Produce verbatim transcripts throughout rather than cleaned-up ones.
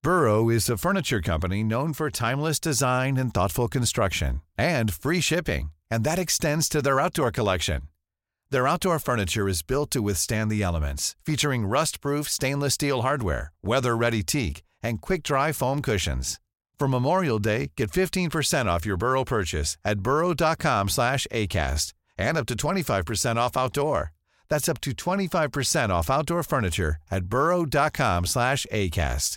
Burrow is a furniture company known for timeless design and thoughtful construction, and free shipping, and that extends to their outdoor collection. Their outdoor furniture is built to withstand the elements, featuring rust-proof stainless steel hardware, weather-ready teak, and quick-dry foam cushions. For Memorial Day, get fifteen percent off your Burrow purchase at burrow.com slash ACAST and up to twenty-five percent off outdoor. That's up to twenty-five percent off outdoor furniture at burrow.com slash ACAST.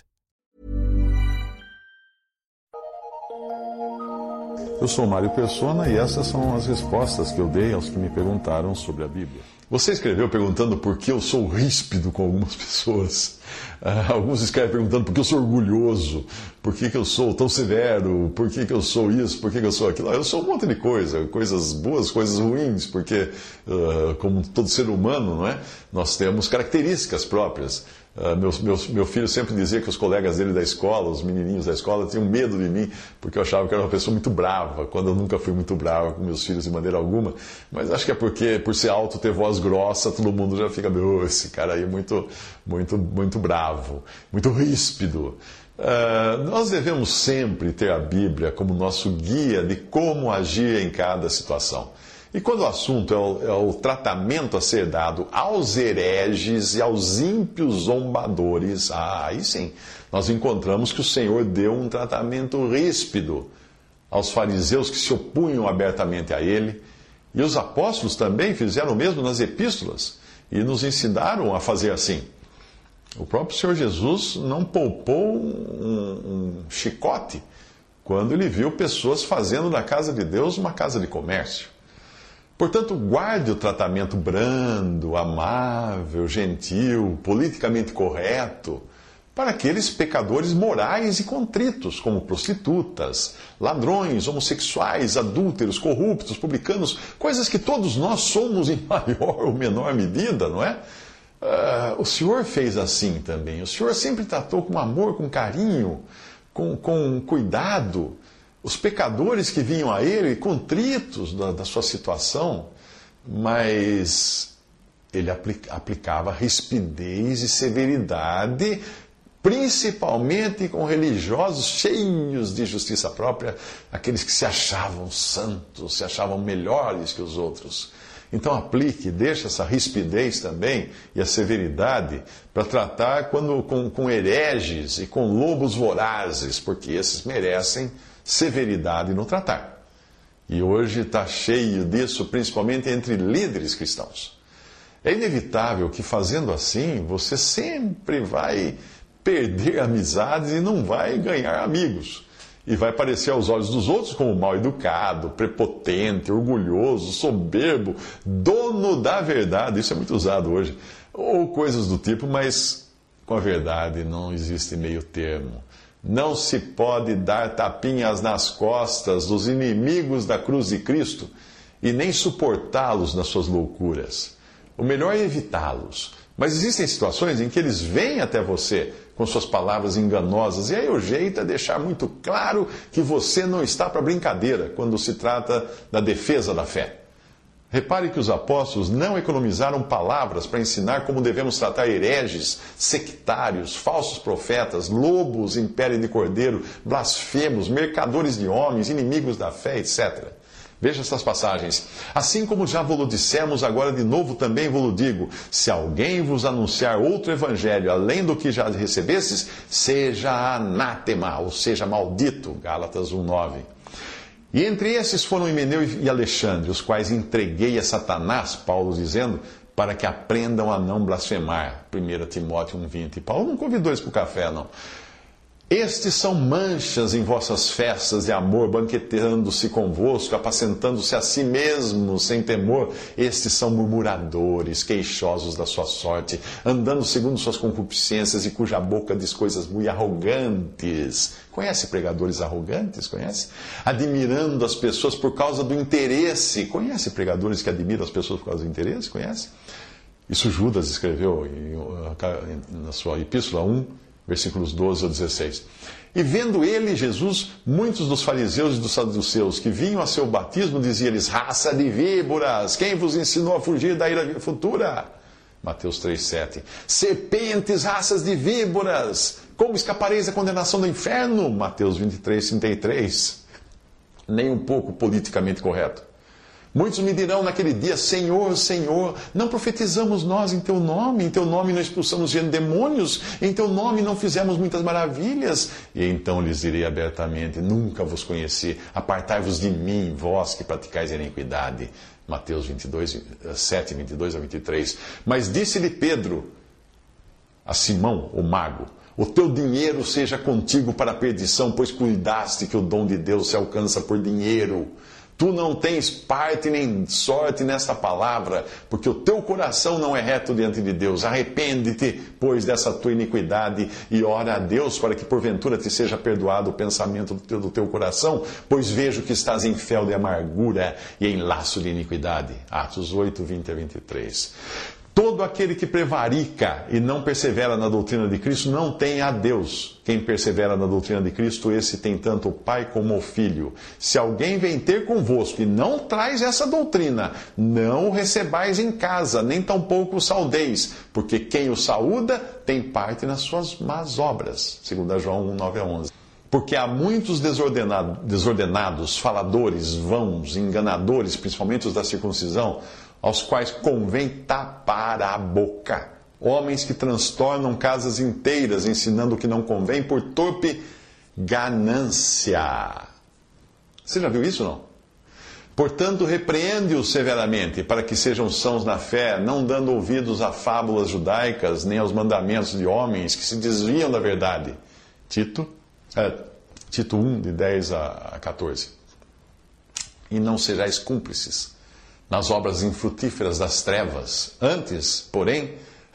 Eu sou Mário Persona e essas são as respostas que eu dei aos que me perguntaram sobre a Bíblia. Você escreveu perguntando por que eu sou ríspido com algumas pessoas. Uh, alguns escrevem perguntando por que eu sou orgulhoso, por que, que eu sou tão severo, por que, que eu sou isso, por que, que eu sou aquilo. Eu sou um monte de coisa, coisas boas, coisas ruins, porque, uh, como todo ser humano, não é? Nós temos características próprias. Uh, meu, meu, meu filho sempre dizia que os colegas dele da escola, os menininhos da escola, tinham medo de mim, porque eu achava que eu era uma pessoa muito brava, quando eu nunca fui muito brava com meus filhos de maneira alguma. Mas acho que é porque, por ser alto, ter voz grossa, todo mundo já fica, meu, esse cara aí é muito, muito, muito bravo, muito ríspido. Uh, nós devemos sempre ter a Bíblia como nosso guia de como agir em cada situação. E quando o assunto é o, é o tratamento a ser dado aos hereges e aos ímpios zombadores, ah, aí sim, nós encontramos que o Senhor deu um tratamento ríspido aos fariseus que se opunham abertamente a ele, e os apóstolos também fizeram o mesmo nas epístolas e nos ensinaram a fazer assim. O próprio Senhor Jesus não poupou um, um chicote quando ele viu pessoas fazendo da casa de Deus uma casa de comércio. Portanto, guarde o tratamento brando, amável, gentil, politicamente correto para aqueles pecadores morais e contritos, como prostitutas, ladrões, homossexuais, adúlteros, corruptos, publicanos, coisas que todos nós somos em maior ou menor medida, não é? Uh, o Senhor fez assim também. O Senhor sempre tratou com amor, com carinho, com, com cuidado os pecadores que vinham a ele, contritos da, da sua situação, mas ele aplica, aplicava rispidez e severidade, principalmente com religiosos cheios de justiça própria, aqueles que se achavam santos, se achavam melhores que os outros. Então aplique, deixe essa rispidez também e a severidade para tratar quando, com, com hereges e com lobos vorazes, porque esses merecem severidade no tratar. E hoje está cheio disso, principalmente entre líderes cristãos. É inevitável que fazendo assim, você sempre vai perder amizades e não vai ganhar amigos. E vai parecer aos olhos dos outros como mal educado, prepotente, orgulhoso, soberbo, dono da verdade. Isso é muito usado hoje. Ou coisas do tipo, mas com a verdade não existe meio termo. Não se pode dar tapinhas nas costas dos inimigos da cruz de Cristo e nem suportá-los nas suas loucuras. O melhor é evitá-los. Mas existem situações em que eles vêm até você com suas palavras enganosas, e aí o jeito é deixar muito claro que você não está para brincadeira quando se trata da defesa da fé. Repare que os apóstolos não economizaram palavras para ensinar como devemos tratar hereges, sectários, falsos profetas, lobos em pele de cordeiro, blasfemos, mercadores de homens, inimigos da fé, etcétera. Veja essas passagens. Assim como já vos dissemos, agora de novo também vos digo, se alguém vos anunciar outro evangelho além do que já recebestes, seja anátema, ou seja, maldito. Gálatas um, nove. E entre esses foram Himeneu e Alexandre, os quais entreguei a Satanás, Paulo dizendo, para que aprendam a não blasfemar. primeiro Timóteo um, vinte. Paulo não convidou eles para o café, não. Estes são manchas em vossas festas de amor, banqueteando-se convosco, apacentando-se a si mesmos sem temor. Estes são murmuradores, queixosos da sua sorte, andando segundo suas concupiscências e cuja boca diz coisas muito arrogantes. Conhece pregadores arrogantes? Conhece? Admirando as pessoas por causa do interesse. Conhece pregadores que admiram as pessoas por causa do interesse? Conhece? Isso Judas escreveu na sua Epístola um, versículos doze a dezesseis. E vendo ele, Jesus, muitos dos fariseus e dos saduceus que vinham a seu batismo, dizia-lhes, raça de víboras, quem vos ensinou a fugir da ira futura? Mateus três, sete. Serpentes, raças de víboras, Como escapareis da condenação do inferno? Mateus vinte e três, trinta e três. Nem um pouco politicamente correto. Muitos me dirão naquele dia, Senhor, Senhor, não profetizamos nós em Teu nome? Em Teu nome não expulsamos demônios? Em Teu nome não fizemos muitas maravilhas? E então lhes direi abertamente, nunca vos conheci, apartai-vos de mim, vós que praticais a iniquidade. Mateus vinte e dois, sete, vinte e dois a vinte e três. Mas disse-lhe Pedro a Simão, o mago, o teu dinheiro seja contigo para a perdição, pois cuidaste que o dom de Deus se alcança por dinheiro. Tu não tens parte nem sorte nesta palavra, porque o teu coração não é reto diante de Deus. Arrepende-te, pois, dessa tua iniquidade e ora a Deus para que porventura te seja perdoado o pensamento do teu, do teu coração, pois vejo que estás em fel de amargura e em laço de iniquidade. Atos oito, vinte a vinte e três. Todo aquele que prevarica e não persevera na doutrina de Cristo não tem a Deus. Quem persevera na doutrina de Cristo, esse tem tanto o Pai como o Filho. Se alguém vem ter convosco e não traz essa doutrina, não o recebais em casa, nem tampouco o saudeis, porque quem o saúda tem parte nas suas más obras. segundo João um, nove a onze. Porque há muitos desordenados, desordenados, faladores, vãos, enganadores, principalmente os da circuncisão, aos quais convém tapar a boca. Homens que transtornam casas inteiras, ensinando o que não convém por torpe ganância. Você já viu isso, não? Portanto, repreende-os severamente, para que sejam sãos na fé, não dando ouvidos a fábulas judaicas, nem aos mandamentos de homens que se desviam da verdade. Tito, é, Tito um, de dez a quatorze. E não sejais cúmplices nas obras infrutíferas das trevas. Antes, porém,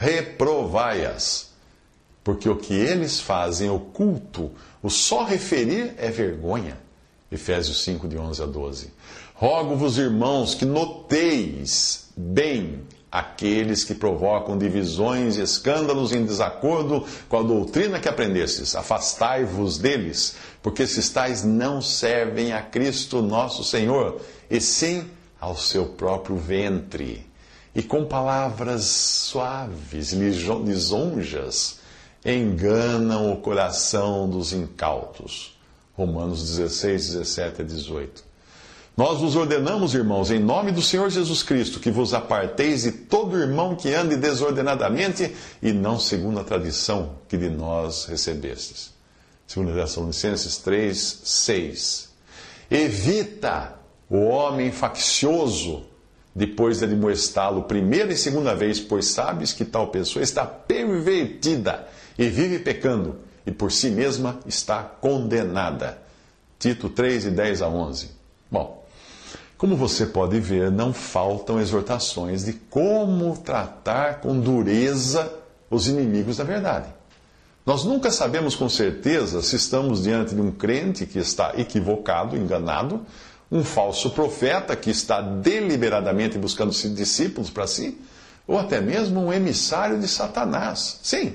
reprovai-as, porque o que eles fazem oculto, o só referir é vergonha. Efésios cinco, de onze a doze. Rogo-vos, irmãos, que noteis bem aqueles que provocam divisões e escândalos em desacordo com a doutrina que aprendestes. Afastai-vos deles, porque esses tais não servem a Cristo nosso Senhor, e sim ao seu próprio ventre, e com palavras suaves, lisonjas, enganam o coração dos incautos. Romanos dezesseis, dezessete a dezoito. Nós vos ordenamos, irmãos, em nome do Senhor Jesus Cristo, que vos aparteis de todo irmão que ande desordenadamente e não segundo a tradição que de nós recebestes. segundo Tessalonicenses três, seis. Evita o homem faccioso, depois de admoestá-lo primeira e segunda vez, pois sabes que tal pessoa está pervertida e vive pecando, e por si mesma está condenada. Tito três, de dez a onze. Bom, como você pode ver, não faltam exortações de como tratar com dureza os inimigos da verdade. Nós nunca sabemos com certeza se estamos diante de um crente que está equivocado, enganado, um falso profeta que está deliberadamente buscando discípulos para si, ou até mesmo um emissário de Satanás. Sim,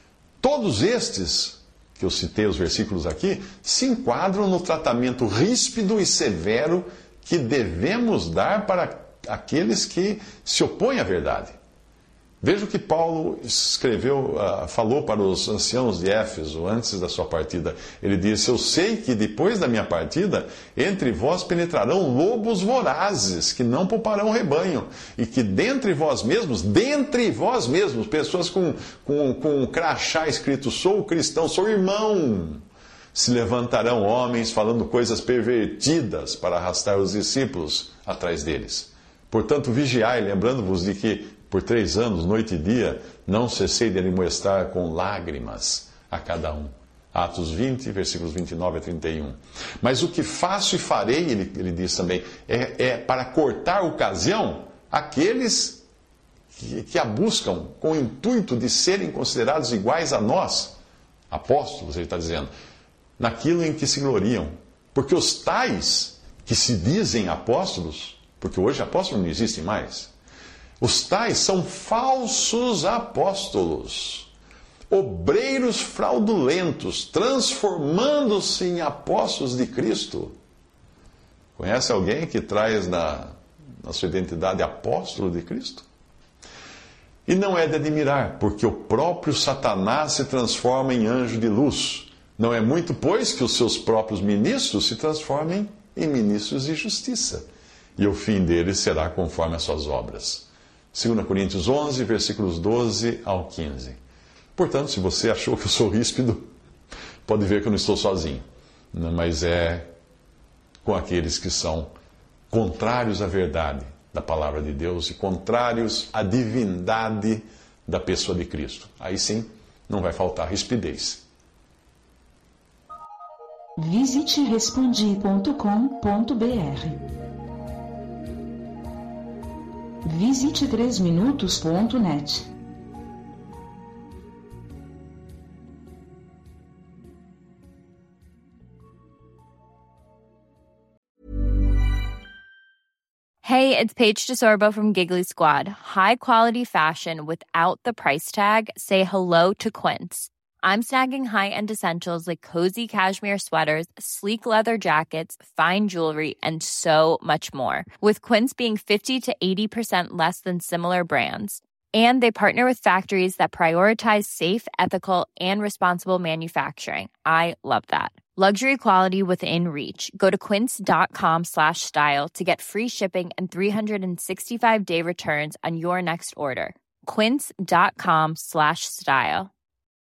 todos estes, que eu citei os versículos aqui, se enquadram no tratamento ríspido e severo que devemos dar para aqueles que se opõem à verdade. Veja o que Paulo escreveu, uh, falou para os anciãos de Éfeso antes da sua partida. Ele disse: eu sei que depois da minha partida, entre vós penetrarão lobos vorazes, que não pouparão o rebanho, e que dentre vós mesmos, dentre vós mesmos, pessoas com, com, com um crachá escrito sou cristão, sou irmão, se levantarão homens falando coisas pervertidas para arrastar os discípulos atrás deles. Portanto, vigiai, lembrando-vos de que por três anos, noite e dia, não cessei de admoestar com lágrimas a cada um. Atos vinte, versículos vinte e nove a trinta e um. Mas o que faço e farei, ele, ele diz também, é, é para cortar ocasião àqueles que, que a buscam com o intuito de serem considerados iguais a nós, apóstolos, ele está dizendo, naquilo em que se gloriam. Porque os tais que se dizem apóstolos, porque hoje apóstolos não existem mais, os tais são falsos apóstolos, obreiros fraudulentos, transformando-se em apóstolos de Cristo. Conhece alguém que traz na, na sua identidade apóstolo de Cristo? E não é de admirar, porque o próprio Satanás se transforma em anjo de luz. Não é muito, pois, que os seus próprios ministros se transformem em ministros de justiça. E o fim deles será conforme as suas obras. Segunda Coríntios onze, versículos doze ao quinze. Portanto, se você achou que eu sou ríspido, pode ver que eu não estou sozinho. Mas é com aqueles que são contrários à verdade da palavra de Deus e contrários à divindade da pessoa de Cristo. Aí sim, não vai faltar rispidez. Visite respondi ponto com ponto br. Visite três minutos ponto net. Hey, it's Paige DeSorbo from Giggly Squad. High quality fashion without the price tag. Say hello to Quince. I'm snagging high-end essentials like cozy cashmere sweaters, sleek leather jackets, fine jewelry, and so much more. With Quince being fifty to eighty percent less than similar brands. And they partner with factories that prioritize safe, ethical, and responsible manufacturing. I love that. Luxury quality within reach. Go to quince.com slash style to get free shipping and three sixty-five day returns on your next order. Quince.com slash style.